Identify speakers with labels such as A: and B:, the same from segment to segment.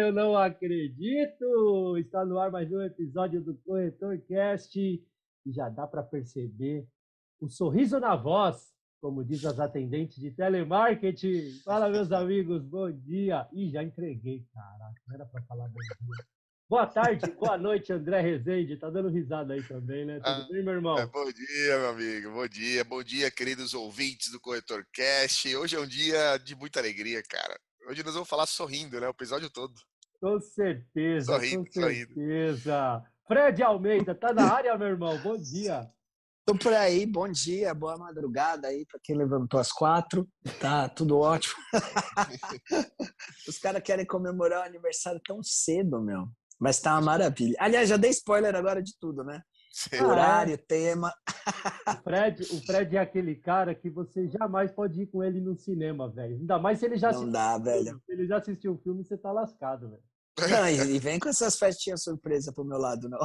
A: eu não acredito! Está no ar mais um episódio do CorretorCast e já dá para perceber o sorriso na voz, como diz as atendentes de telemarketing. Fala, meus amigos, bom dia! Ih, já entreguei, caraca, não era para falar bom dia. Boa tarde, boa noite, André Rezende. Tá dando risada aí também, né? Tudo bem, meu irmão?
B: Bom dia, meu amigo. Bom dia, queridos ouvintes do CorretorCast. Hoje é um dia de muita alegria, cara. Hoje nós vamos falar sorrindo, né? O episódio todo.
A: Com certeza, com
B: Sorrindo, sorrindo.
A: certeza. Fred Almeida, tá na área, meu irmão? Bom dia.
C: Tô por aí, bom dia, boa madrugada aí para quem levantou às 4, tá tudo ótimo. Os caras querem comemorar o aniversário tão cedo, meu, mas tá uma maravilha. Aliás, já dei spoiler agora de tudo, né? Horário, tema.
A: O Fred é aquele cara que você jamais pode ir com ele no cinema, velho. Ainda mais se ele já
C: Não dá, velho.
A: Se ele já assistiu o filme, você tá lascado, velho.
C: Não, e vem com essas festinhas surpresa pro meu lado, não.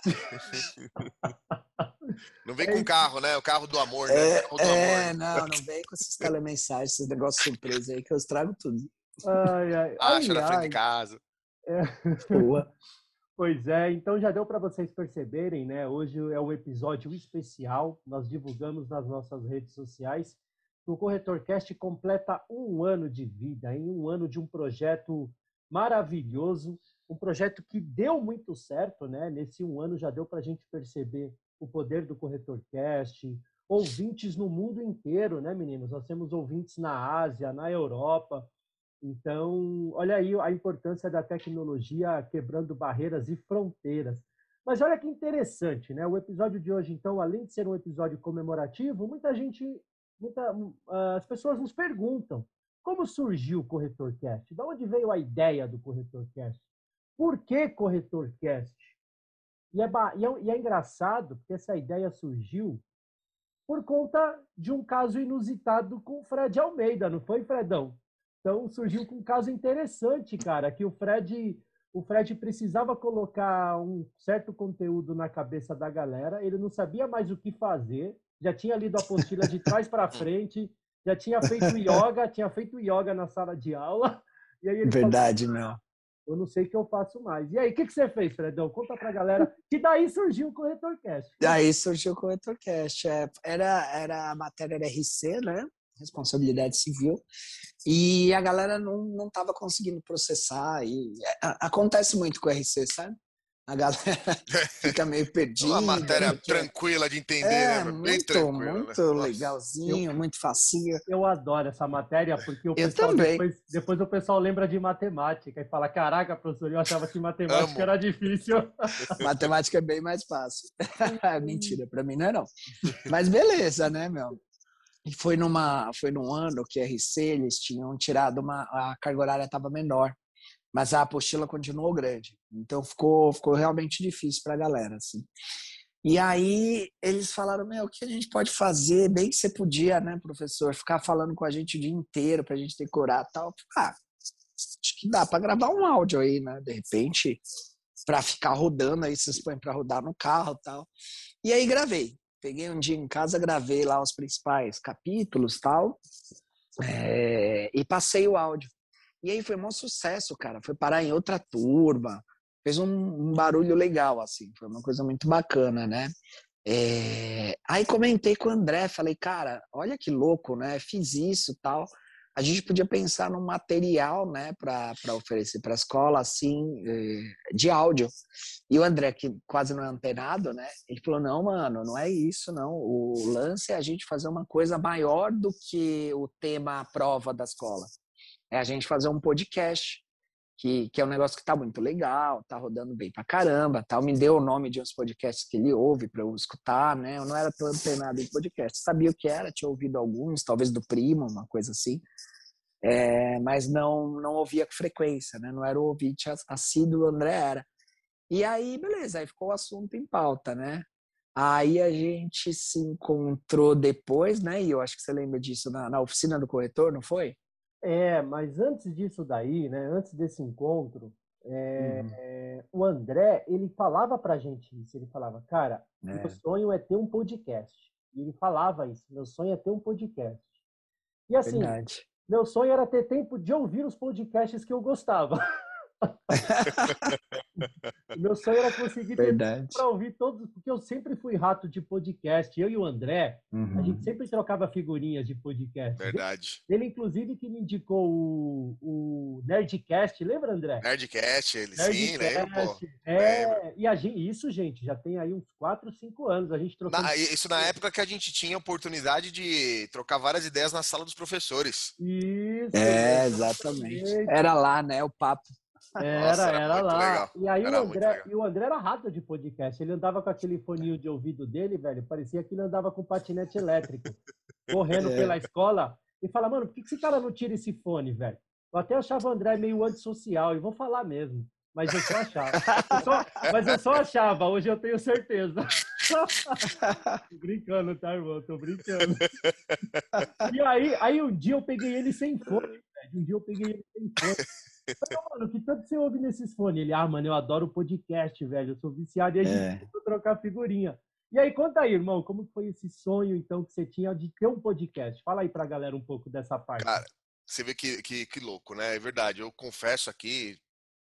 B: Não vem com carro, né? O carro do amor, né? Carro do amor.
C: Não vem com esses telemensagens, esses negócios surpresa aí que eu estrago tudo.
B: Acha na frente de casa.
C: Boa.
A: Pois é, então já deu para vocês perceberem, né? Hoje é um episódio especial. Nós divulgamos nas nossas redes sociais que o CorretorCast completa um ano de vida, em um ano de um projeto maravilhoso, um projeto que deu muito certo, né? Nesse um ano já deu para a gente perceber o poder do CorretorCast, ouvintes no mundo inteiro, né, meninos? Nós temos ouvintes na Ásia, na Europa. Então, olha aí a importância da tecnologia quebrando barreiras e fronteiras. Mas olha que interessante, né? O episódio de hoje, então, além de ser um episódio comemorativo, as pessoas nos perguntam como surgiu o CorretorCast? De onde veio a ideia do CorretorCast? Por que CorretorCast? E é engraçado porque essa ideia surgiu por conta de um caso inusitado com o Fred Almeida, não foi, Fredão? Então surgiu com um caso interessante, cara, que o Fred precisava colocar um certo conteúdo na cabeça da galera, ele não sabia mais o que fazer, já tinha lido a apostila de trás para frente, já tinha feito yoga na sala de aula, e aí ele
C: Verdade,
A: falou,
C: meu.
A: eu não sei o que eu faço mais. E aí, o que você fez, Fredão? Conta pra galera. Que daí surgiu o CorretorCast.
C: Daí surgiu o CorretorCast. A matéria era RC, né? Responsabilidade civil. E a galera não estava conseguindo processar. E acontece muito com o RC, sabe? A galera fica meio perdida.
B: Uma matéria tranquila de entender, né? Bem tranquila.
C: Muito legalzinho, muito facinho.
A: Eu adoro essa matéria, porque depois o pessoal lembra de matemática e fala, caraca, professor, eu achava que matemática era difícil.
C: Matemática é bem mais fácil. Mentira, para mim não é não. Mas beleza, né, meu? E foi num ano que a RC, eles tinham tirado a carga horária estava menor, mas a apostila continuou grande. Então ficou realmente difícil para a galera, assim. E aí eles falaram, o que a gente pode fazer? Bem que você podia, né, professor, ficar falando com a gente o dia inteiro para a gente decorar e tal. Acho que dá para gravar um áudio aí, né? De repente, para ficar rodando aí, vocês põem para rodar no carro e tal. E aí gravei. Peguei um dia em casa, gravei lá os principais capítulos e tal, e passei o áudio. E aí foi um sucesso, cara. Foi parar em outra turma, fez um barulho legal, assim. Foi uma coisa muito bacana, né? Aí comentei com o André, falei, cara, olha que louco, né? Fiz isso e tal. A gente podia pensar num material, né, para oferecer para a escola, assim, de áudio. E o André, que quase não é antenado, né, ele falou, não, mano, não é isso, não. O lance é a gente fazer uma coisa maior do que o tema prova da escola. É a gente fazer um podcast, que é um negócio que tá muito legal, tá rodando bem pra caramba, tal. Me deu o nome de uns podcasts que ele ouve para eu escutar, né? Eu não era tão antenado em podcast, sabia o que era, tinha ouvido alguns, talvez do Primo, uma coisa assim, mas não ouvia com frequência, né? Não era o ouvinte assíduo, o André era. E aí, beleza, aí ficou o assunto em pauta, né? Aí a gente se encontrou depois, né? E eu acho que você lembra disso na oficina do corretor, não foi?
A: Mas antes disso daí, né, antes desse encontro, o André, ele falava pra gente isso, ele falava, cara, meu sonho é ter um podcast. E ele falava isso, meu sonho é ter um podcast. E assim,
C: Verdade.
A: meu sonho era ter tempo de ouvir os podcasts que eu gostava. Meu sonho era conseguir ter
C: Verdade.
A: para ouvir todos, porque eu sempre fui rato de podcast. Eu e o André, a gente
C: Uhum.
A: sempre trocava figurinhas de podcast.
B: Verdade.
A: Ele, inclusive, que me indicou o Nerdcast. Lembra, André?
B: Nerdcast, ele sim, lembro, pô.
A: Nerdcast.
B: Lembro.
A: E a gente, isso, gente, já tem aí uns 4, 5 anos. A gente trocando.
B: Isso na época que a gente tinha a oportunidade de trocar várias ideias na sala dos professores.
A: Isso,
C: Exatamente. Era lá, né, o papo.
B: Nossa, era muito
A: lá.
B: legal.
A: E aí
B: Era muito legal.
A: o André era rato de podcast. Ele andava com aquele foninho de ouvido dele, velho. Parecia que ele andava com patinete elétrico, correndo pela escola. E fala, mano, por que esse cara não tira esse fone, velho? Eu até achava o André meio antissocial, e vou falar mesmo. Mas eu só achava. Mas eu só achava, hoje eu tenho certeza. Tô brincando, tá, irmão? Tô brincando. E aí um dia eu peguei ele sem fone, velho. Um dia eu peguei ele sem fone. Falei, mano, que tanto você ouve nesses fones? Ele, mano, eu adoro podcast, velho. Eu sou viciado. E a gente começou a trocar figurinha. E aí, conta aí, irmão, como foi esse sonho, então, que você tinha de ter um podcast? Fala aí pra galera um pouco dessa parte.
B: Cara, você vê que louco, né? É verdade. Eu confesso aqui,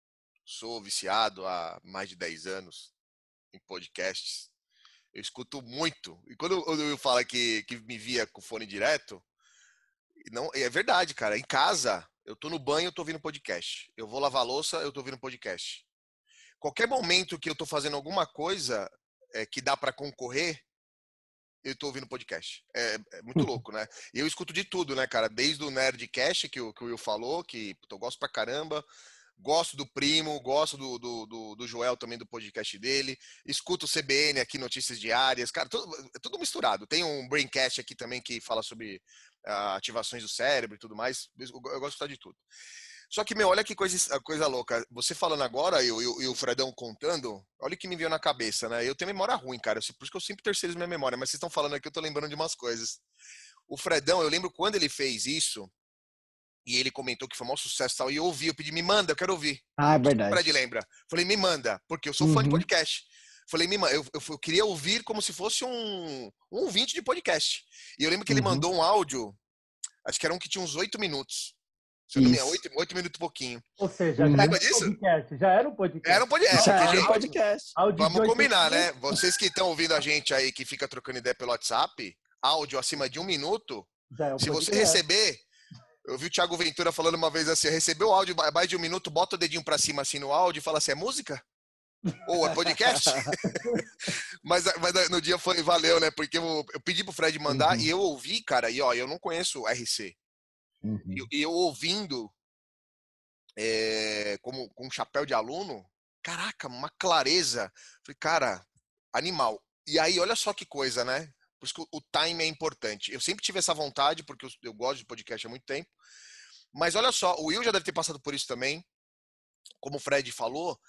B: sou viciado há mais de 10 anos em podcasts. Eu escuto muito. E quando eu falo que me via com fone direto, não, é verdade, cara. Em casa, eu tô no banho, eu tô ouvindo podcast. Eu vou lavar a louça, eu tô ouvindo podcast. Qualquer momento que eu tô fazendo alguma coisa que dá pra concorrer, eu tô ouvindo podcast. É muito louco, né? E eu escuto de tudo, né, cara? Desde o Nerdcast, que o Will falou, que eu gosto pra caramba. Gosto do Primo, gosto do Joel também, do podcast dele. Escuto o CBN aqui, Notícias Diárias. Cara, tudo misturado. Tem um Braincast aqui também que fala sobre ativações do cérebro e tudo mais. Eu gosto de escutar de tudo. Só que, meu, olha que coisa louca. Você falando agora e o Fredão contando, olha o que me veio na cabeça, né? Eu tenho memória ruim, cara. Por isso que eu sempre terceirizo minha memória. Mas vocês estão falando aqui, eu tô lembrando de umas coisas. O Fredão, eu lembro quando ele fez isso, e ele comentou que foi um maior sucesso e tal, e eu ouvi, eu pedi, me manda, eu quero ouvir.
C: É
B: O
C: verdade.
B: Fred lembra. Falei, me manda, porque eu sou fã de podcast. Falei, me manda. Eu queria ouvir como se fosse um ouvinte de podcast. E eu lembro que ele mandou um áudio, acho que era um que tinha uns 8 minutos. Se eu não me engano, 8 minutos e pouquinho.
A: Ou seja,
B: lembra disso?
A: Já era um podcast.
B: Era um podcast.
C: Já
B: Porque,
C: era um
B: gente,
C: podcast.
B: vamos combinar, né? Vocês que estão ouvindo a gente aí, que fica trocando ideia pelo WhatsApp, áudio acima de 1 minuto, se você receber... Eu vi o Thiago Ventura falando uma vez assim, recebeu o áudio mais de 1 minuto, bota o dedinho pra cima assim no áudio e fala assim, é música? Ou é podcast? mas no dia foi, valeu, né? Porque eu pedi pro Fred mandar e eu ouvi, cara, e ó, eu não conheço RC. E eu ouvindo com um chapéu de aluno, caraca, uma clareza. Falei, cara, animal. E aí, olha só que coisa, né? Por isso que o time é importante. Eu sempre tive essa vontade, porque eu gosto de podcast há muito tempo. Mas olha só, o Will já deve ter passado por isso também. Como o Fred falou,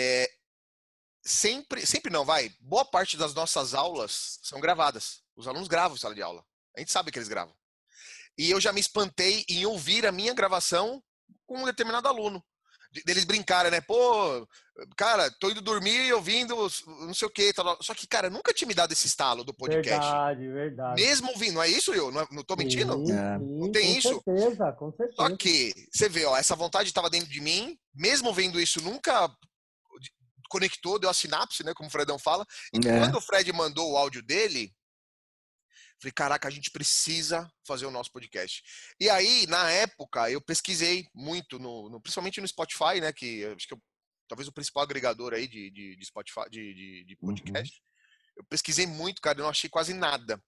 B: sempre não, boa parte das nossas aulas são gravadas. Os alunos gravam em sala de aula. A gente sabe que eles gravam. E eu já me espantei em ouvir a minha gravação com um determinado aluno. Deles brincarem, né? Pô, cara, tô indo dormir ouvindo não sei o que. Só que, cara, nunca tinha me dado esse estalo do podcast.
A: Verdade.
B: Mesmo ouvindo, não é isso, eu? Não tô mentindo?
A: Sim,
B: não tem isso?
A: Com certeza.
B: Só que, você vê, ó, essa vontade estava dentro de mim, mesmo vendo isso, nunca conectou, deu a sinapse, né? Como o Fredão fala. E quando o Fred mandou o áudio dele, falei, caraca, a gente precisa fazer o nosso podcast. E aí, na época, eu pesquisei muito, principalmente no Spotify, né? Que acho que talvez o principal agregador aí de Spotify, de podcast. Eu pesquisei muito, cara, eu não achei quase nada.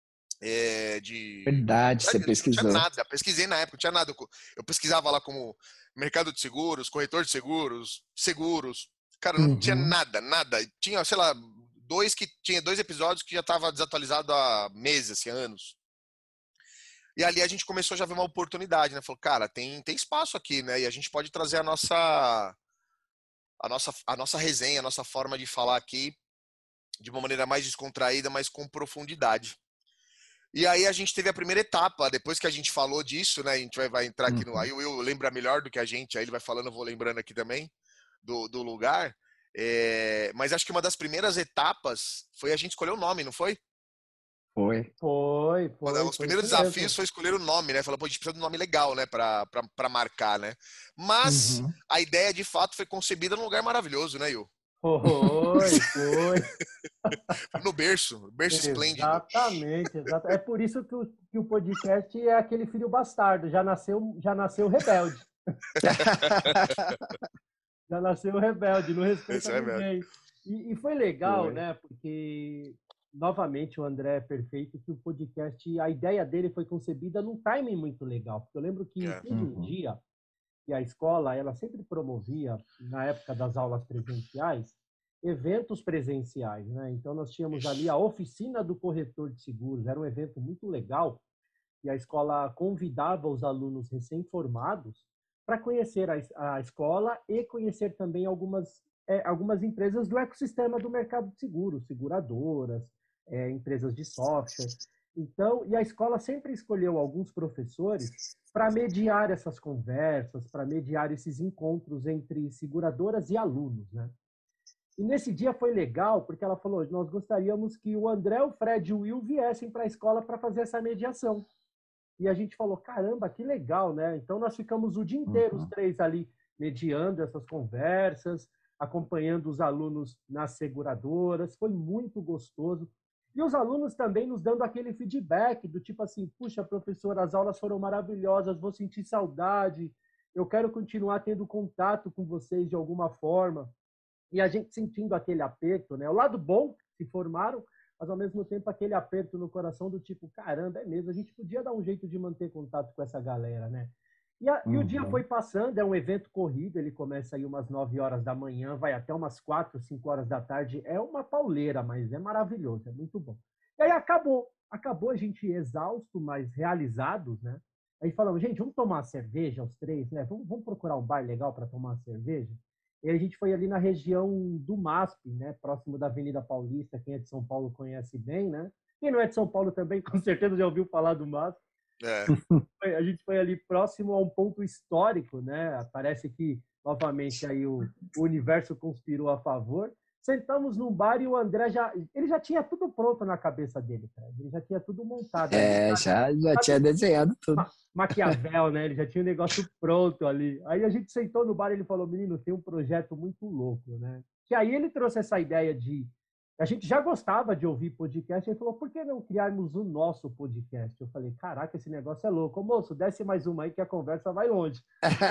C: Verdade, você pesquisou.
B: Não tinha nada, pesquisei na época, não tinha nada. Eu pesquisava lá como mercado de seguros, corretor de seguros, Cara, não tinha nada. Tinha, sei lá, tinha 2 episódios que já estava desatualizado há meses, assim, anos. E ali a gente começou já a ver uma oportunidade, né? Falou, cara, tem espaço aqui, né? E a gente pode trazer a nossa resenha, a nossa forma de falar aqui de uma maneira mais descontraída, mas com profundidade. E aí a gente teve a primeira etapa, depois que a gente falou disso, né? A gente vai entrar aqui no... Aí o Will lembra melhor do que a gente, aí ele vai falando, eu vou lembrando aqui também do lugar. Mas acho que uma das primeiras etapas foi a gente escolher o nome, não foi?
C: Foi.
B: Os primeiros desafios foi escolher o nome, né? Falou, pô, a gente precisa de um nome legal, né? Pra marcar, né? Mas a ideia, de fato, foi concebida num lugar maravilhoso, né, Yu?
A: Foi.
B: No berço esplêndido.
A: Exatamente. É por isso que o podcast é aquele filho bastardo, já nasceu rebelde. Já nasceu rebelde, não respeita ninguém. E foi legal, né? Porque, novamente, o André é perfeito, que o podcast, a ideia dele foi concebida num timing muito legal. Porque eu lembro que teve um dia que a escola, ela sempre promovia, na época das aulas presenciais, eventos presenciais, né? Então, nós tínhamos ali a oficina do corretor de seguros, era um evento muito legal, e a escola convidava os alunos recém-formados para conhecer a escola e conhecer também algumas empresas do ecossistema do mercado de seguros, seguradoras, empresas de software. Então, e a escola sempre escolheu alguns professores para mediar essas conversas, para mediar esses encontros entre seguradoras e alunos, né? E nesse dia foi legal, porque ela falou, nós gostaríamos que o André, o Fred e o Will viessem para a escola para fazer essa mediação. E a gente falou, caramba, que legal, né? Então, nós ficamos o dia inteiro, os três ali, mediando essas conversas, acompanhando os alunos nas seguradoras. Foi muito gostoso. E os alunos também nos dando aquele feedback do tipo assim, puxa, professor, as aulas foram maravilhosas, vou sentir saudade, eu quero continuar tendo contato com vocês de alguma forma. E a gente sentindo aquele aperto, né? O lado bom, se formaram, mas ao mesmo tempo aquele aperto no coração do tipo, caramba, é mesmo, a gente podia dar um jeito de manter contato com essa galera, né? E o dia foi passando, é um evento corrido, ele começa aí umas 9 horas da manhã, vai até umas 4, 5 horas da tarde, é uma pauleira, mas é maravilhoso, é muito bom. E aí acabou a gente exausto, mas realizados, né? Aí falamos, gente, vamos tomar uma cerveja, os três, né? Vamos procurar um bar legal para tomar uma cerveja? E a gente foi ali na região do MASP, né, próximo da Avenida Paulista. Quem é de São Paulo conhece bem, né? Quem não é de São Paulo também, com certeza já ouviu falar do MASP. A gente foi ali próximo a um ponto histórico, né? Parece que, novamente, aí o universo conspirou a favor. Sentamos num bar e o André ele já tinha tudo pronto na cabeça dele, cara. Ele já tinha tudo montado.
C: Já tinha desenhado tudo.
A: Maquiavel, né? Ele já tinha o negócio pronto ali. Aí a gente sentou no bar e ele falou, menino, tem um projeto muito louco, né? Que aí ele trouxe essa ideia de... A gente já gostava de ouvir podcast, ele falou, por que não criarmos o nosso podcast? Eu falei, caraca, esse negócio é louco. Ô, moço, desce mais uma aí que a conversa vai longe.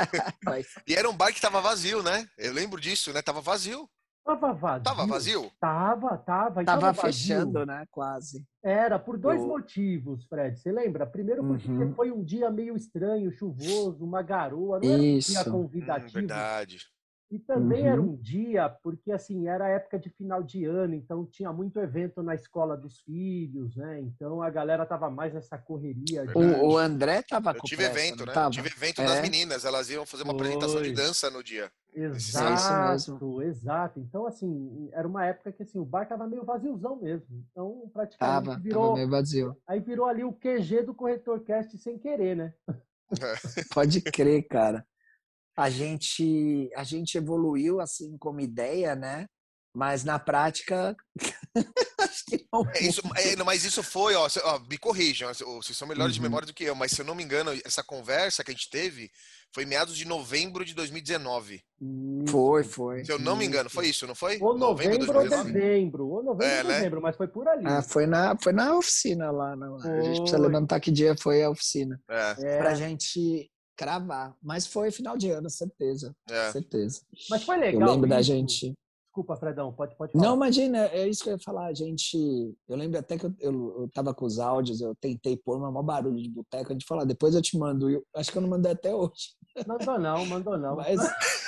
B: E era um bar que tava vazio, né? Eu lembro disso, né? Tava vazio.
A: Tava vazio? Tava.
C: Tava fechando, né? Quase.
A: Era, por dois motivos, Fred. Você lembra? Primeiro porque foi um dia meio estranho, chuvoso, uma garoa, não era um dia convidativo.
B: Verdade.
A: E também era um dia, porque assim, era época de final de ano, então tinha muito evento na escola dos filhos, né? Então a galera tava mais nessa correria.
C: O André tava com
B: tive evento, né?
C: Tava?
B: Tive evento das meninas, elas iam fazer uma apresentação de dança no dia.
A: Exato. Então, assim, era uma época que assim, o bar tava meio vaziozão mesmo. Então, praticamente
C: tava meio vazio.
A: Aí virou ali o QG do Corretor Cast sem querer, né?
C: Pode crer, cara. A gente evoluiu assim como ideia, né? Mas na prática acho que não.
B: Mas isso foi, me corrijam, vocês são melhores de memória do que eu, mas se eu não me engano, essa conversa que a gente teve foi em meados de novembro de 2019.
C: Foi.
B: Se eu não me engano, foi isso, não foi?
A: Ou novembro ou dezembro. Ou novembro ou dezembro, mas foi por ali.
C: Foi na oficina lá. A gente precisa levantar que dia foi a oficina. Pra gente cravar. Mas foi final de ano, certeza. Certeza.
A: Mas foi legal.
C: Eu lembro da gente...
A: Desculpa, Fredão, pode falar.
C: Não, imagina, é isso que eu ia falar. Eu lembro até que eu tava com os áudios, eu tentei pôr um maior barulho de boteco, a gente falou, depois eu te mando. Acho que eu não mandei até hoje.
A: Mandou não.
C: Mas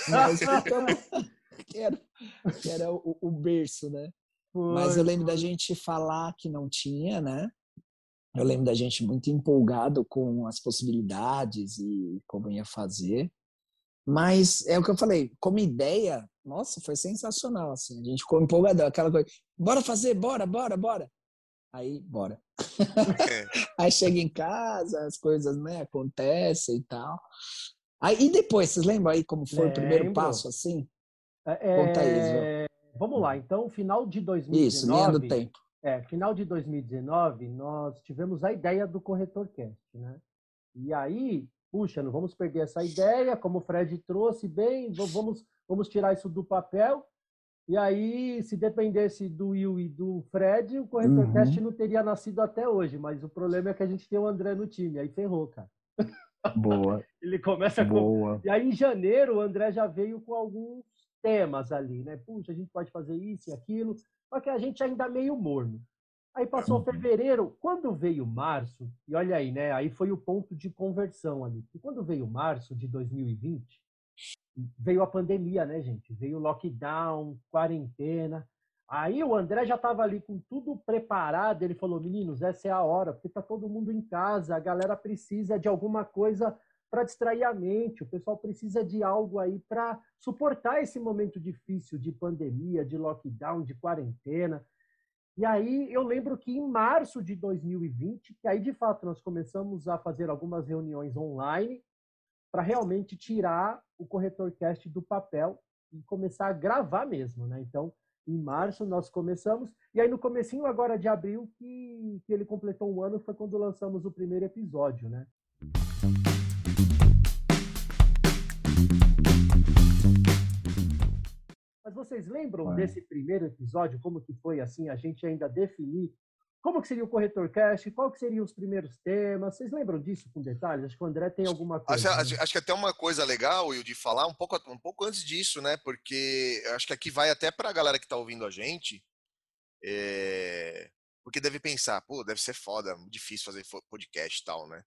C: que era o berço, né? Mas eu lembro da gente falar que não tinha, né? Eu lembro da gente muito empolgado com as possibilidades e como ia fazer. Mas é o que eu falei, como ideia, nossa, foi sensacional, assim. A gente ficou empolgadão, aquela coisa, bora fazer, bora. Aí, bora. Aí chega em casa, as coisas, né, acontecem e tal. Aí, e depois, vocês lembram aí como foi o primeiro passo, assim? Conta aí, João.
A: Vamos lá, então, final de 2019...
C: Isso, linha do tempo.
A: Final de 2019, nós tivemos a ideia do CorretorCast, né? E aí, puxa, não vamos perder essa ideia, como o Fred trouxe bem, vamos tirar isso do papel. E aí, se dependesse do Will e do Fred, o CorretorCast não teria nascido até hoje. Mas o problema é que a gente tem o André no time, aí ferrou, cara.
D: Boa.
A: Ele começa
D: Boa.
A: E aí, em janeiro, o André já veio com alguns temas ali, né? Puxa, a gente pode fazer isso e aquilo, só que a gente ainda meio morno. Aí passou fevereiro, quando veio março, e olha aí, né? Aí foi o ponto de conversão ali. E quando veio março de 2020, veio a pandemia, né, gente? Veio o lockdown, quarentena. Aí o André já estava ali com tudo preparado. Ele falou: meninos, essa é a hora, porque está todo mundo em casa, a galera precisa de alguma coisa para distrair a mente, o pessoal precisa de algo aí para suportar esse momento difícil de pandemia, de lockdown, de quarentena. E aí eu lembro que em março de 2020, que aí de fato nós começamos a fazer algumas reuniões online para realmente tirar o CorretorCast do papel e começar a gravar mesmo, né? Então, em março nós começamos, e aí no comecinho agora de abril que ele completou um ano, foi quando lançamos o primeiro episódio, né? Mas vocês lembram desse primeiro episódio, como que foi assim, a gente ainda definir como que seria o CorretorCast, qual que seriam os primeiros temas? Vocês lembram disso com detalhes? Acho que o André tem alguma coisa.
B: Acho que até uma coisa legal, Will, de falar um pouco antes disso, né? Porque acho que aqui vai até para a galera que está ouvindo a gente, porque deve pensar, pô, deve ser foda, difícil fazer podcast e tal, né?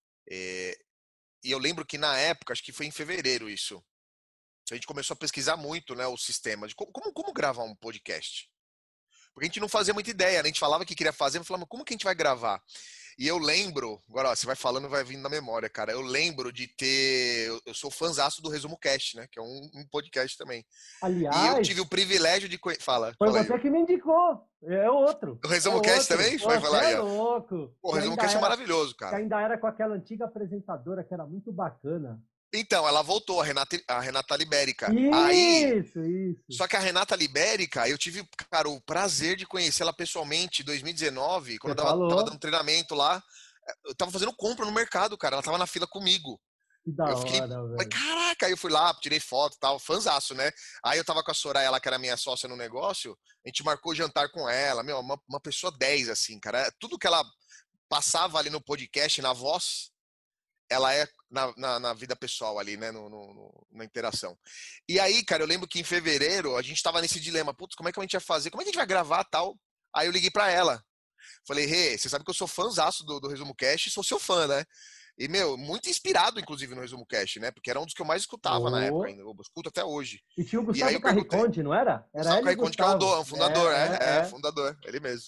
B: E eu lembro que na época, acho que foi em fevereiro isso, a gente começou a pesquisar muito, né, o sistema de como gravar um podcast. Porque a gente não fazia muita ideia, né? A gente falava que queria fazer, mas falava, como que a gente vai gravar? E eu lembro, agora ó, você vai falando, vai vindo na memória, cara. Eu lembro de ter. Eu sou fãzaço do Resumo Cast, né? Que é um podcast também. E eu
A: Aliás,
B: tive o privilégio de. Fala.
A: foi
B: Fala
A: você
B: aí.
A: que me indicou. É outro.
B: O Resumo Cast também?
A: Pô,
B: Vai
A: você
B: falar
A: é
B: aí, ó.
A: louco.
B: Pô, o Resumo Cast é maravilhoso,
A: Que
B: cara.
A: ainda era com aquela antiga apresentadora que era muito bacana.
B: Então, ela voltou, a Renata Libérica.
A: Isso.
B: Só que a Renata Libérica, eu tive, cara, o prazer de conhecê-la pessoalmente em 2019, quando
A: Você
B: eu tava
A: falou.
B: dando treinamento lá. Eu tava fazendo compra no mercado, cara. Ela tava na fila comigo.
A: Que da
B: Eu fiquei,
A: hora,
B: mas
A: velho.
B: caraca, aí eu fui lá, tirei foto e tal, fanzaço, né? Aí eu tava com a Soraya lá, que era minha sócia no negócio, a gente marcou jantar com ela, meu, uma pessoa 10, assim, cara. Tudo que ela passava ali no podcast, na voz, ela é na vida pessoal ali, né? Na interação. E aí, cara, eu lembro que em fevereiro a gente tava nesse dilema, putz, como é que a gente vai fazer? Como é que a gente vai gravar tal? Aí eu liguei pra ela. Falei, Rê, você sabe que eu sou fãzaço do Resumo Cast, sou seu fã, né? E, meu, muito inspirado, inclusive, no Resumo Cast, né? Porque era um dos que eu mais escutava na época ainda. Eu escuto até hoje.
A: E tinha o
B: E aí
A: Gustavo
B: eu perguntei.
A: Carriconde, não era? Era
B: Gustavo
A: ele e
B: Carriconde, que é
A: Gustavo.
B: o fundador, fundador, ele mesmo.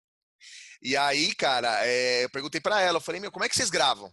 B: E aí, cara, eu perguntei pra ela, eu falei, meu, como é que vocês gravam?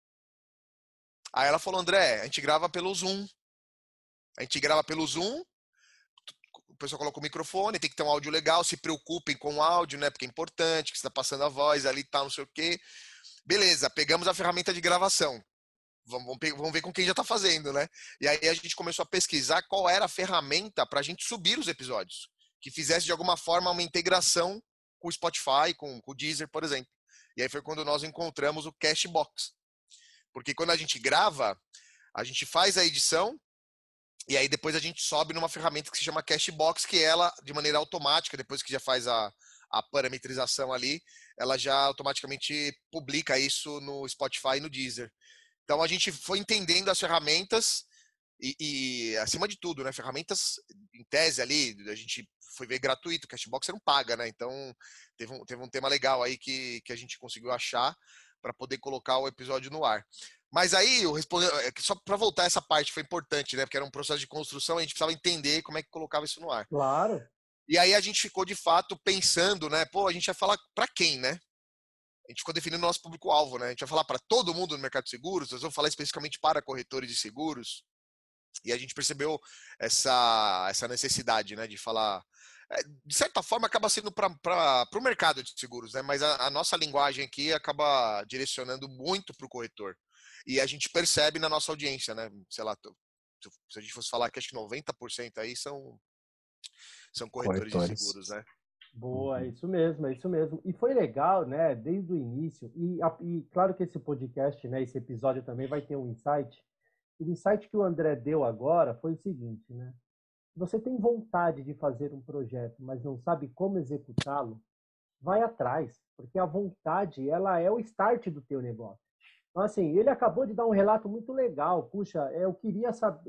B: Aí ela falou, André, a gente grava pelo Zoom. A gente grava pelo Zoom, o pessoal coloca o microfone, tem que ter um áudio legal, se preocupem com o áudio, né? Porque é importante, que você tá passando a voz ali e tal, não sei o quê. Beleza, pegamos a ferramenta de gravação. Vamos ver com quem já está fazendo, né? E aí a gente começou a pesquisar qual era a ferramenta para a gente subir os episódios, que fizesse de alguma forma uma integração com o Spotify, com o Deezer, por exemplo. E aí foi quando nós encontramos o Cashbox. Porque quando a gente grava, a gente faz a edição e aí depois a gente sobe numa ferramenta que se chama Cashbox, que ela, de maneira automática, depois que já faz a parametrização ali, ela já automaticamente publica isso no Spotify e no Deezer. Então a gente foi entendendo as ferramentas e acima de tudo, né, ferramentas em tese ali, a gente foi ver gratuito, o Cashbox você não paga, né? Então teve um tema legal aí que a gente conseguiu achar para poder colocar o episódio no ar. Mas aí, eu respondi, só para voltar essa parte foi importante, né? Porque era um processo de construção, a gente precisava entender como é que colocava isso no ar.
A: Claro.
B: E aí a gente ficou de fato pensando, né? Pô, a gente vai falar para quem, né? A gente ficou definindo o nosso público-alvo, né? A gente vai falar para todo mundo no mercado de seguros, nós vamos falar especificamente para corretores de seguros. E a gente percebeu essa necessidade, né? De falar. De certa forma, acaba sendo para o mercado de seguros, né? Mas a nossa linguagem aqui acaba direcionando muito para o corretor. E a gente percebe na nossa audiência, né? Sei lá, se a gente fosse falar que acho que 90% aí são corretores de seguros, né?
A: Boa, é isso mesmo, é isso mesmo. E foi legal, né, desde o início, e claro que esse podcast, né, esse episódio também vai ter um insight. O insight que o André deu agora foi o seguinte, né? Se você tem vontade de fazer um projeto, mas não sabe como executá-lo, vai atrás, porque a vontade, ela é o start do teu negócio. Então, assim, ele acabou de dar um relato muito legal. Puxa, eu queria saber,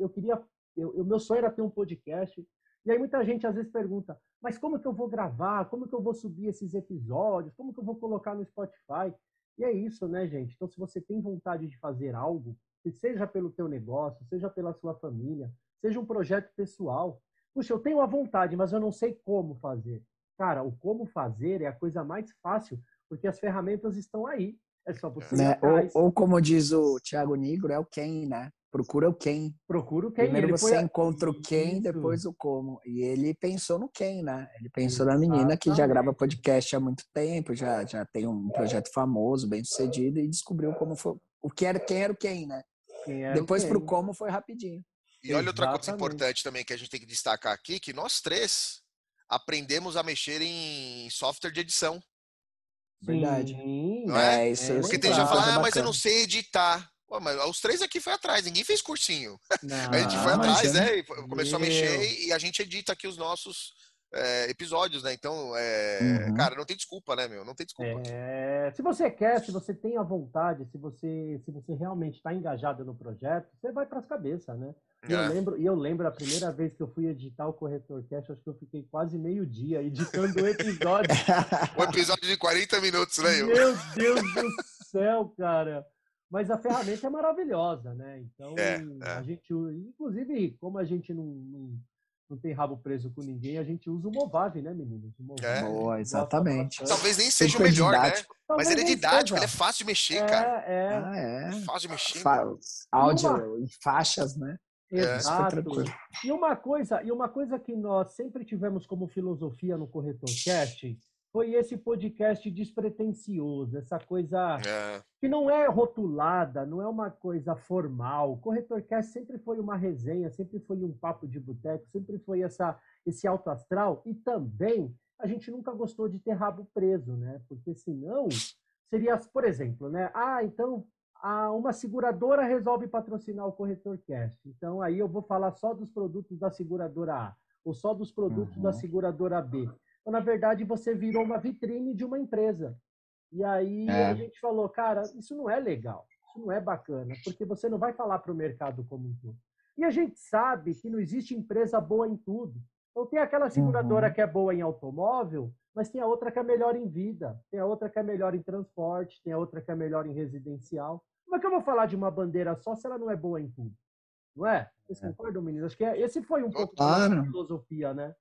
A: meu sonho era ter um podcast. E aí muita gente às vezes pergunta, mas como que eu vou gravar? Como que eu vou subir esses episódios? Como que eu vou colocar no Spotify? E é isso, né, gente? Então, se você tem vontade de fazer algo, seja pelo teu negócio, seja pela sua família, seja um projeto pessoal, puxa, eu tenho a vontade, mas eu não sei como fazer. Cara, o como fazer é a coisa mais fácil, porque as ferramentas estão aí. É só você ir
C: Né?
A: atrás.
C: Ou como diz o Thiago Nigro, é o quem, né? Procura o quem.
A: Procura o quem.
C: Primeiro
A: Ele
C: você
A: foi
C: encontra o quem,
A: Isso.
C: depois o como. E ele pensou no quem, né? Ele pensou na
A: Exatamente.
C: menina que já grava podcast há muito tempo, já tem um projeto famoso, bem sucedido, e descobriu como foi, quem era o quem, né?
A: Quem era
C: Depois
A: o
C: pro
A: quem.
C: como foi rapidinho.
B: E olha outra coisa
A: Exatamente.
B: importante também que a gente tem que destacar aqui, que nós três aprendemos a mexer em software de edição,
C: Verdade.
A: Sim,
B: não é?
C: Isso,
B: Porque
C: isso
B: tem
C: foi
B: gente que
C: uma coisa
B: fala, ah, mas eu
C: bacana.
B: não sei editar. Pô, mas os três aqui foi atrás, ninguém fez cursinho. A gente foi
C: Não,
B: atrás,
C: imagina.
B: né? E começou a mexer e a gente edita aqui os nossos episódios, né? Então,
C: Uhum.
B: cara, não tem desculpa, né, meu? Não tem desculpa.
A: Se você quer, se você tem a vontade, se você realmente está engajado no projeto, você vai para as cabeças, né?
B: É.
A: E eu lembro a primeira vez que eu fui editar o Corretor Cash, acho que eu fiquei quase meio-dia editando o episódio.
B: Um episódio de 40 minutos, né, eu?
A: Meu Deus do céu, cara! Mas a ferramenta é maravilhosa, né? Então, a
B: É.
A: gente, inclusive, como a gente não tem rabo preso com ninguém, a gente usa o Movave, né, meninos? O Movave
B: É.
A: a
C: Boa,
A: gente gosta
C: exatamente.
A: bastante.
B: Talvez nem seja o
C: Super
B: melhor, né?
C: didático.
B: Mas
A: Talvez
B: ele é
A: nem
B: didático, ele é
A: seja.
B: fácil de mexer, cara.
A: É.
C: Ah, é.
B: É fácil de mexer,
C: Fa-
B: meu.
A: E uma,
C: Áudio em faixas, né?
B: É.
C: Super
A: Exato.
C: tranquilo.
A: E uma coisa que nós sempre tivemos como filosofia no CorretorCast foi esse podcast despretensioso, essa coisa
B: É.
A: que não é rotulada, não é uma coisa formal. O CorretorCast sempre foi uma resenha, sempre foi um papo de boteco, sempre foi esse alto astral. E também a gente nunca gostou de ter rabo preso, né? Porque senão seria, por exemplo, né? Então uma seguradora resolve patrocinar o Corretor Cast. Então, aí eu vou falar só dos produtos da seguradora A ou só dos produtos da
C: Uhum.
A: seguradora B. Então, na verdade, você virou uma vitrine de uma empresa. E aí a gente falou, cara, isso não é legal, isso não é bacana, porque você não vai falar para o mercado como um todo. E a gente sabe que não existe empresa boa em tudo. Então, tem aquela seguradora que é boa em automóvel, mas tem a outra que é melhor em vida, tem a outra que é melhor em transporte, tem a outra que é melhor em residencial. Como é que eu vou falar de uma bandeira só se ela não é boa em tudo? Não é? Vocês concordam, meninos? Acho que esse foi um pouco da nossa
C: Claro.
A: filosofia, né?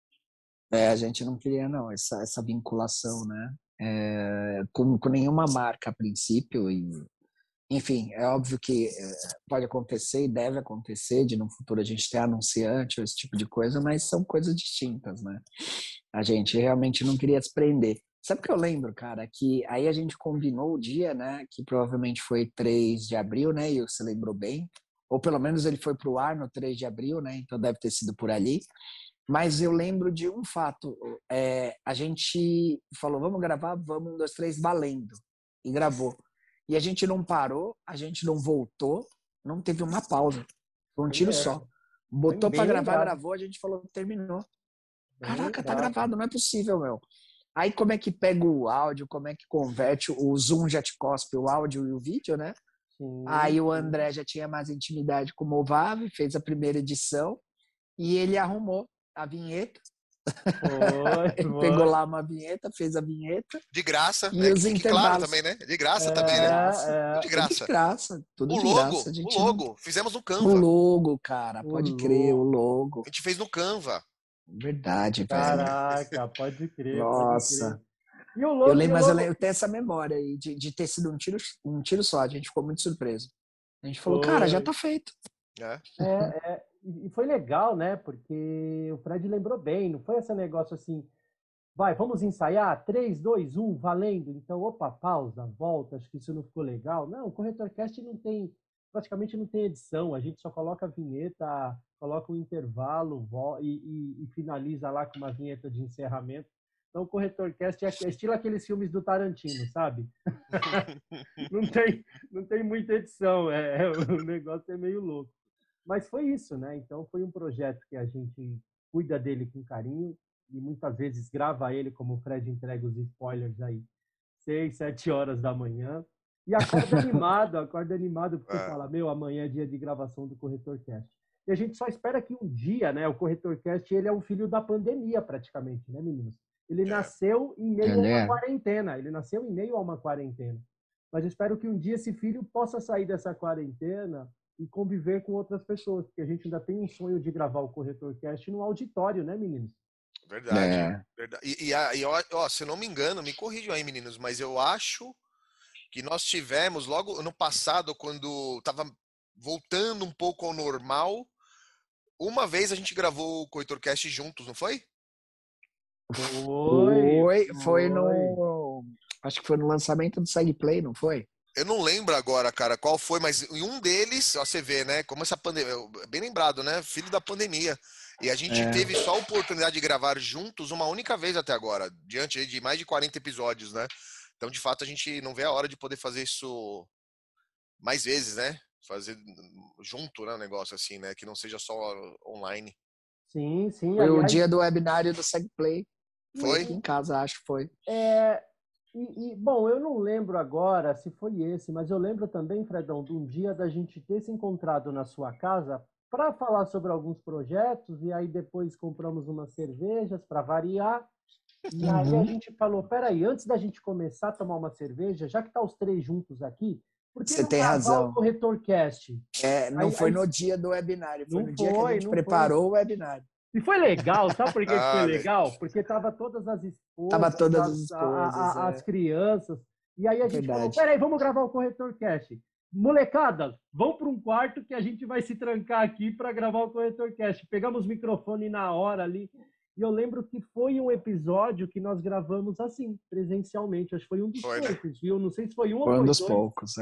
C: A gente não queria, não, essa vinculação, né? Com nenhuma marca a princípio. Enfim, é óbvio que pode acontecer e deve acontecer de no futuro a gente ter anunciante ou esse tipo de coisa, mas são coisas distintas, né? A gente realmente não queria se prender. Sabe o que eu lembro, cara? Que aí a gente combinou o dia, né? Que provavelmente foi 3 de abril, né? E você lembrou bem. Ou pelo menos ele foi pro ar no 3 de abril, né? Então deve ter sido por ali. Mas eu lembro de um fato. A gente falou, vamos gravar, vamos, 1, 2, 3, valendo. E gravou. E a gente não parou, a gente não voltou, não teve uma pausa. Foi um tiro só. Botou para
A: Bem
C: gravar,
A: lembrado.
C: gravou, a gente falou, terminou.
A: Bem
C: Caraca, tá
A: lembrado.
C: gravado, não é possível, meu. Aí como é que pega o áudio, como é que converte, o Zoom já te cospe o áudio e o vídeo, né?
A: Sim,
C: Aí o
A: sim.
C: André já tinha mais intimidade com o Movave, fez a primeira edição e ele arrumou a vinheta. Ele pegou
A: Foi.
C: lá uma vinheta, fez a vinheta
B: De graça,
C: e
B: né? Que
C: os
B: fique claro
C: intervalos.
B: também, né? De graça
C: De
B: também, né?
C: graça,
B: Tudo de
C: tudo de
B: graça.
C: graça, tudo
B: O
C: de graça. A
B: logo, o
C: gente não...
B: logo, fizemos no
C: O
B: Canva.
C: logo, cara,
A: O
C: pode crer, o
A: logo.
C: logo.
B: A gente fez no Canva.
C: Verdade, velho.
A: Caraca, pode crer, pode crer.
C: Nossa.
A: E o
C: Eu
A: logo,
C: lembro, eu tenho essa memória aí de ter sido um tiro só. A gente ficou muito surpreso. A gente falou, cara, já
A: foi.
C: tá feito.
A: E foi legal, né? Porque o Fred lembrou bem, não foi esse negócio assim, vai, vamos ensaiar? 3, 2, 1, valendo. Então, opa, pausa, volta, acho que isso não ficou legal. Não, o CorretorCast praticamente não tem edição, a gente só coloca a vinheta, coloca o intervalo e finaliza lá com uma vinheta de encerramento. Então, o CorretorCast é estilo aqueles filmes do Tarantino, sabe? Não tem muita edição, o negócio é meio louco. Mas foi isso, né? Então, foi um projeto que a gente cuida dele com carinho e muitas vezes grava ele, como o Fred entrega os spoilers aí, 6, 7 horas da manhã. E acorda animado, porque fala, meu, amanhã é dia de gravação do CorretorCast. E a gente só espera que um dia, né, o CorretorCast, ele é um filho da pandemia, praticamente, né, meninos? Ele nasceu em meio a uma quarentena. Ele nasceu em meio a uma quarentena. Mas eu espero que um dia esse filho possa sair dessa quarentena e conviver com outras pessoas, porque a gente ainda tem um sonho de gravar o CorretorCast no auditório, né, meninos?
B: Verdade. Verdade. E ó, se eu não me engano, me corrijam aí, meninos, mas eu acho que nós tivemos logo no passado, quando estava voltando um pouco ao normal, uma vez a gente gravou o CorretorCast juntos, não foi?
C: Foi no... Acho que foi no lançamento do SegPlay, não foi?
B: Eu não lembro agora, cara, qual foi, mas em um deles, ó, você vê, né, como essa pandemia, bem lembrado, né, filho da pandemia. E a gente teve só a oportunidade de gravar juntos uma única vez até agora, diante de mais de 40 episódios, né? Então, de fato, a gente não vê a hora de poder fazer isso mais vezes, né? Fazer junto, né, um negócio assim, né, que não seja só online.
A: Sim, sim.
C: Foi o dia do webinário do SegPlay.
B: Foi?
C: Aqui em casa, acho que foi.
A: Bom, eu não lembro agora se foi esse, mas eu lembro também, Fredão, de um dia da gente ter se encontrado na sua casa para falar sobre alguns projetos, e aí depois compramos umas cervejas para variar. E aí a gente falou, peraí, antes da gente começar a tomar uma cerveja, já que tá os três juntos aqui, por que
C: Você
A: não
C: tem
A: gravar
C: razão.
A: o CorretorCast?
C: Não foi no dia do webinário, foi no dia que a gente
A: preparou
C: o webinário.
A: E foi legal, sabe por que foi
B: Olha.
A: legal? Porque tava todas as esposas,
C: Tava todas as esposas,
A: as crianças, e aí a gente falou,
C: Verdade.
A: peraí, vamos gravar o CorretorCast. Molecada, vão para um quarto que a gente vai se trancar aqui para gravar o CorretorCast. Pegamos o microfone na hora ali, e eu lembro que foi um episódio que nós gravamos assim, presencialmente. Acho que foi um dos poucos, viu? Não sei se foi um ou
C: Foi um dos
A: dois.
C: poucos,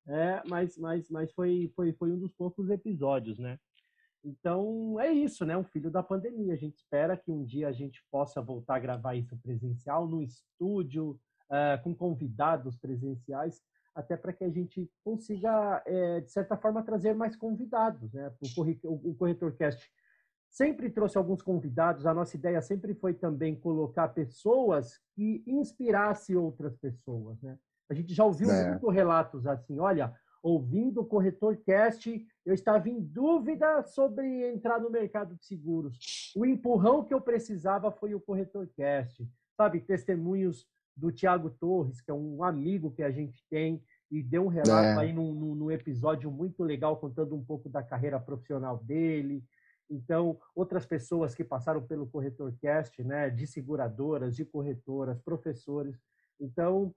A: Mas foi um dos poucos episódios, né? Então, é isso, né? Um filho da pandemia. A gente espera que um dia a gente possa voltar a gravar isso presencial, no estúdio, com convidados presenciais, até para que a gente consiga, de certa forma, trazer mais convidados, né? O CorretorCast sempre trouxe alguns convidados. A nossa ideia sempre foi também colocar pessoas que inspirassem outras pessoas, né? A gente já ouviu muito relatos assim, olha, ouvindo o CorretorCast, eu estava em dúvida sobre entrar no mercado de seguros. O empurrão que eu precisava foi o CorretorCast. Sabe, testemunhos do Thiago Torres, que é um amigo que a gente tem, e deu um relato aí num episódio muito legal, contando um pouco da carreira profissional dele. Então, outras pessoas que passaram pelo CorretorCast, né, de seguradoras, de corretoras, professores. Então,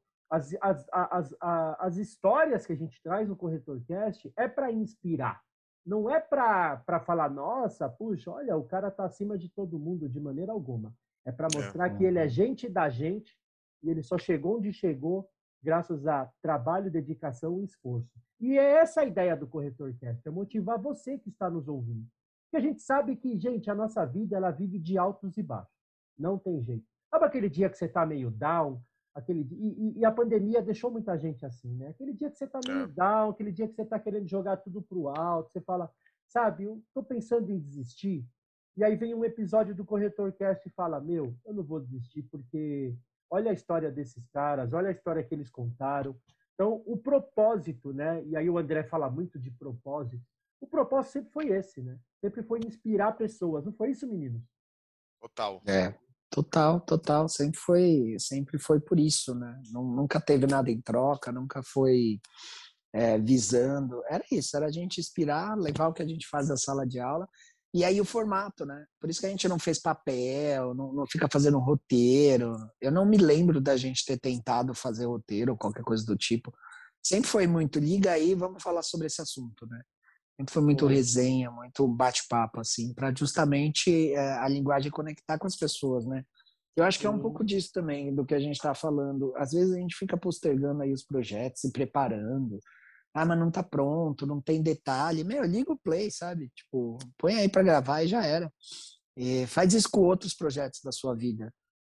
A: as histórias que a gente traz no CorretorCast é para inspirar. Não é para falar, nossa, puxa, olha, o cara está acima de todo mundo, de maneira alguma. É para mostrar que ele é gente da gente e ele só chegou onde chegou graças a trabalho, dedicação e esforço. E é essa a ideia do CorretorCast, é motivar você que está nos ouvindo. Porque a gente sabe que, gente, a nossa vida, ela vive de altos e baixos. Não tem jeito. Sabe aquele dia que você está meio down? E a pandemia deixou muita gente assim, né? Aquele dia que você está meio down, aquele dia que você está querendo jogar tudo pro alto, você fala, sabe, eu estou pensando em desistir. E aí vem um episódio do CorretorCast e fala, meu, eu não vou desistir porque olha a história desses caras, olha a história que eles contaram. Então, o propósito, né? E aí o André fala muito de propósito. O propósito sempre foi esse, né? Sempre foi inspirar pessoas. Não foi isso, meninos?
B: Total.
C: Total. Sempre foi por isso, né? Nunca teve nada em troca, nunca foi visando. Era isso, era a gente inspirar, levar o que a gente faz da sala de aula. E aí o formato, né? Por isso que a gente não fez papel, não fica fazendo roteiro. Eu não me lembro da gente ter tentado fazer roteiro ou qualquer coisa do tipo. Sempre foi muito, liga aí, vamos falar sobre esse assunto, né? Sempre foi muito resenha, muito bate-papo, assim, para justamente a linguagem conectar com as pessoas, né? Eu acho que é um pouco disso também, do que a gente está falando. Às vezes a gente fica postergando aí os projetos, se preparando. Ah, mas não tá pronto, não tem detalhe. Meu, liga o play, sabe? Tipo, põe aí para gravar e já era. E faz isso com outros projetos da sua vida.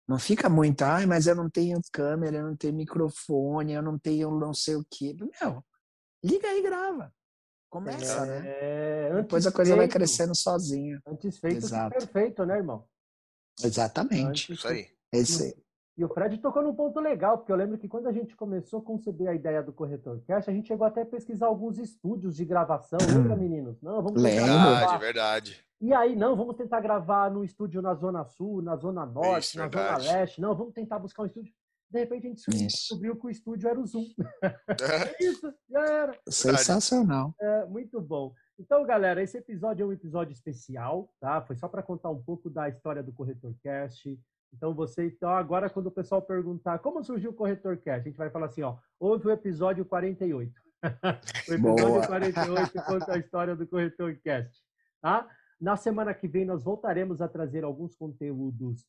C: Não fica muito, ai, mas eu não tenho câmera, eu não tenho microfone, eu não tenho não sei o quê. Meu, liga aí e grava. Começa, né? Depois a coisa vai crescendo sozinha.
A: Antes feito que
C: Exato.
A: perfeito, né, irmão?
C: Exatamente.
B: Isso aí.
A: E o Fred tocou num ponto legal, porque eu lembro que quando a gente começou a conceber a ideia do Corretor Cast, a gente chegou até a pesquisar alguns estúdios de gravação. Lembra, meninos? Não, vamos tentar gravar.
B: Verdade.
A: E aí, não, vamos tentar gravar no estúdio na Zona Sul, na Zona Norte,
B: Isso,
A: na
B: verdade.
A: Zona Leste. Não, vamos tentar buscar um estúdio. De repente, a gente descobriu que o estúdio era o Zoom. É isso, já era.
C: Sensacional.
A: Muito bom. Então, galera, esse episódio é um episódio especial, tá? Foi só para contar um pouco da história do Corretor Cast. Então, agora, quando o pessoal perguntar como surgiu o Corretor Cast, a gente vai falar assim, ó, houve o episódio 48. O episódio 48 conta a história do Corretor Cast, tá? Na semana que vem, nós voltaremos a trazer alguns conteúdos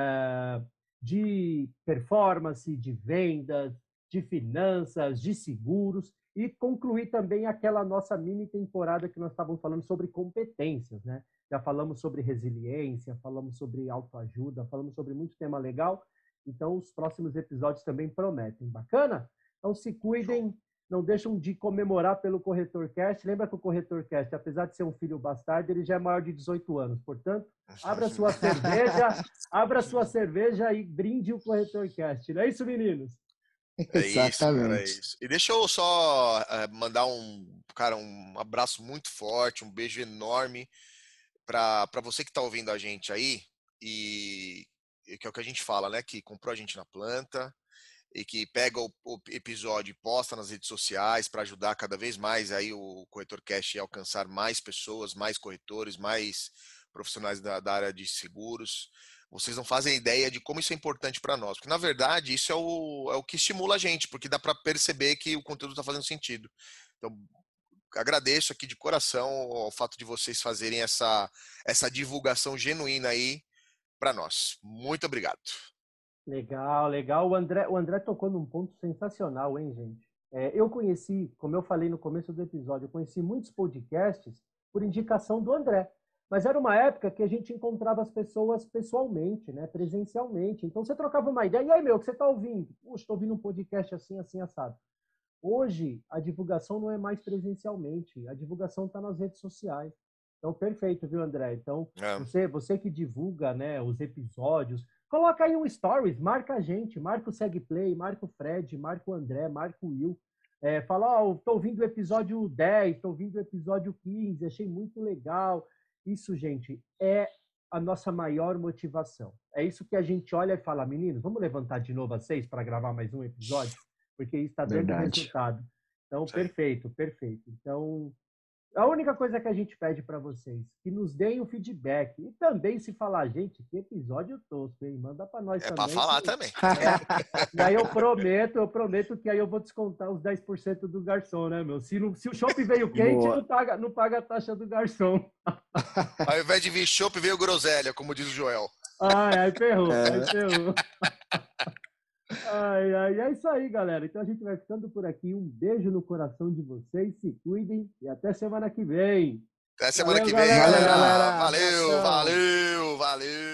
A: de performance, de vendas, de finanças, de seguros, e concluir também aquela nossa mini temporada que nós estávamos falando sobre competências, né? Já falamos sobre resiliência, falamos sobre autoajuda, falamos sobre muito tema legal. Então, os próximos episódios também prometem. Bacana? Então, se cuidem, não deixam de comemorar pelo Corretor Cast. Lembra que o Corretor Cast, apesar de ser um filho bastardo, ele já é maior de 18 anos. Portanto, abra sua cerveja e brinde o Corretor Cast. Não é isso, meninos?
B: Isso, cara, é isso. E deixa eu só mandar um abraço muito forte, um beijo enorme para você que está ouvindo a gente aí, e que é o que a gente fala, né? Que comprou a gente na planta e que pega o episódio e posta nas redes sociais para ajudar cada vez mais aí o Corretor Cast a alcançar mais pessoas, mais corretores, mais profissionais da área de seguros. Vocês não fazem ideia de como isso é importante para nós, porque na verdade isso é o que estimula a gente, porque dá para perceber que o conteúdo está fazendo sentido. Então, agradeço aqui de coração o fato de vocês fazerem essa divulgação genuína aí para nós. Muito obrigado.
A: Legal. O André tocou num ponto sensacional, hein, gente? Eu conheci, como eu falei no começo do episódio, eu conheci muitos podcasts por indicação do André. Mas era uma época que a gente encontrava as pessoas pessoalmente, né, presencialmente. Então você trocava uma ideia. E aí, meu, o que você está ouvindo? Puxa, estou ouvindo um podcast assim, assim, assado. Hoje, a divulgação não é mais presencialmente. A divulgação está nas redes sociais. Então, perfeito, viu, André? Então, você que divulga, né, os episódios, coloca aí um stories, marca a gente, marca o SegPlay, marca o Fred, marca o André, marca o Will. Fala, estou ouvindo o episódio 10, estou ouvindo o episódio 15, achei muito legal. Isso, gente, é a nossa maior motivação. É isso que a gente olha e fala, meninos, vamos levantar de novo às 6 para gravar mais um episódio? Porque isso está dando resultado. Então, perfeito. Então, a única coisa que a gente pede para vocês, que nos deem o feedback. E também se falar, gente, que episódio tosco, hein? Manda para nós também.
B: É para falar também.
A: E aí eu prometo que aí eu vou descontar os 10% do garçom, né, meu? Se o chopp veio quente, não paga a taxa do garçom.
B: Ao invés de vir chopp, veio groselha, como diz o Joel.
A: Aí ferrou. É isso aí, galera. Então a gente vai ficando por aqui. Um beijo no coração de vocês. Se cuidem e até semana que vem.
B: Até semana que vem, galera. Valeu.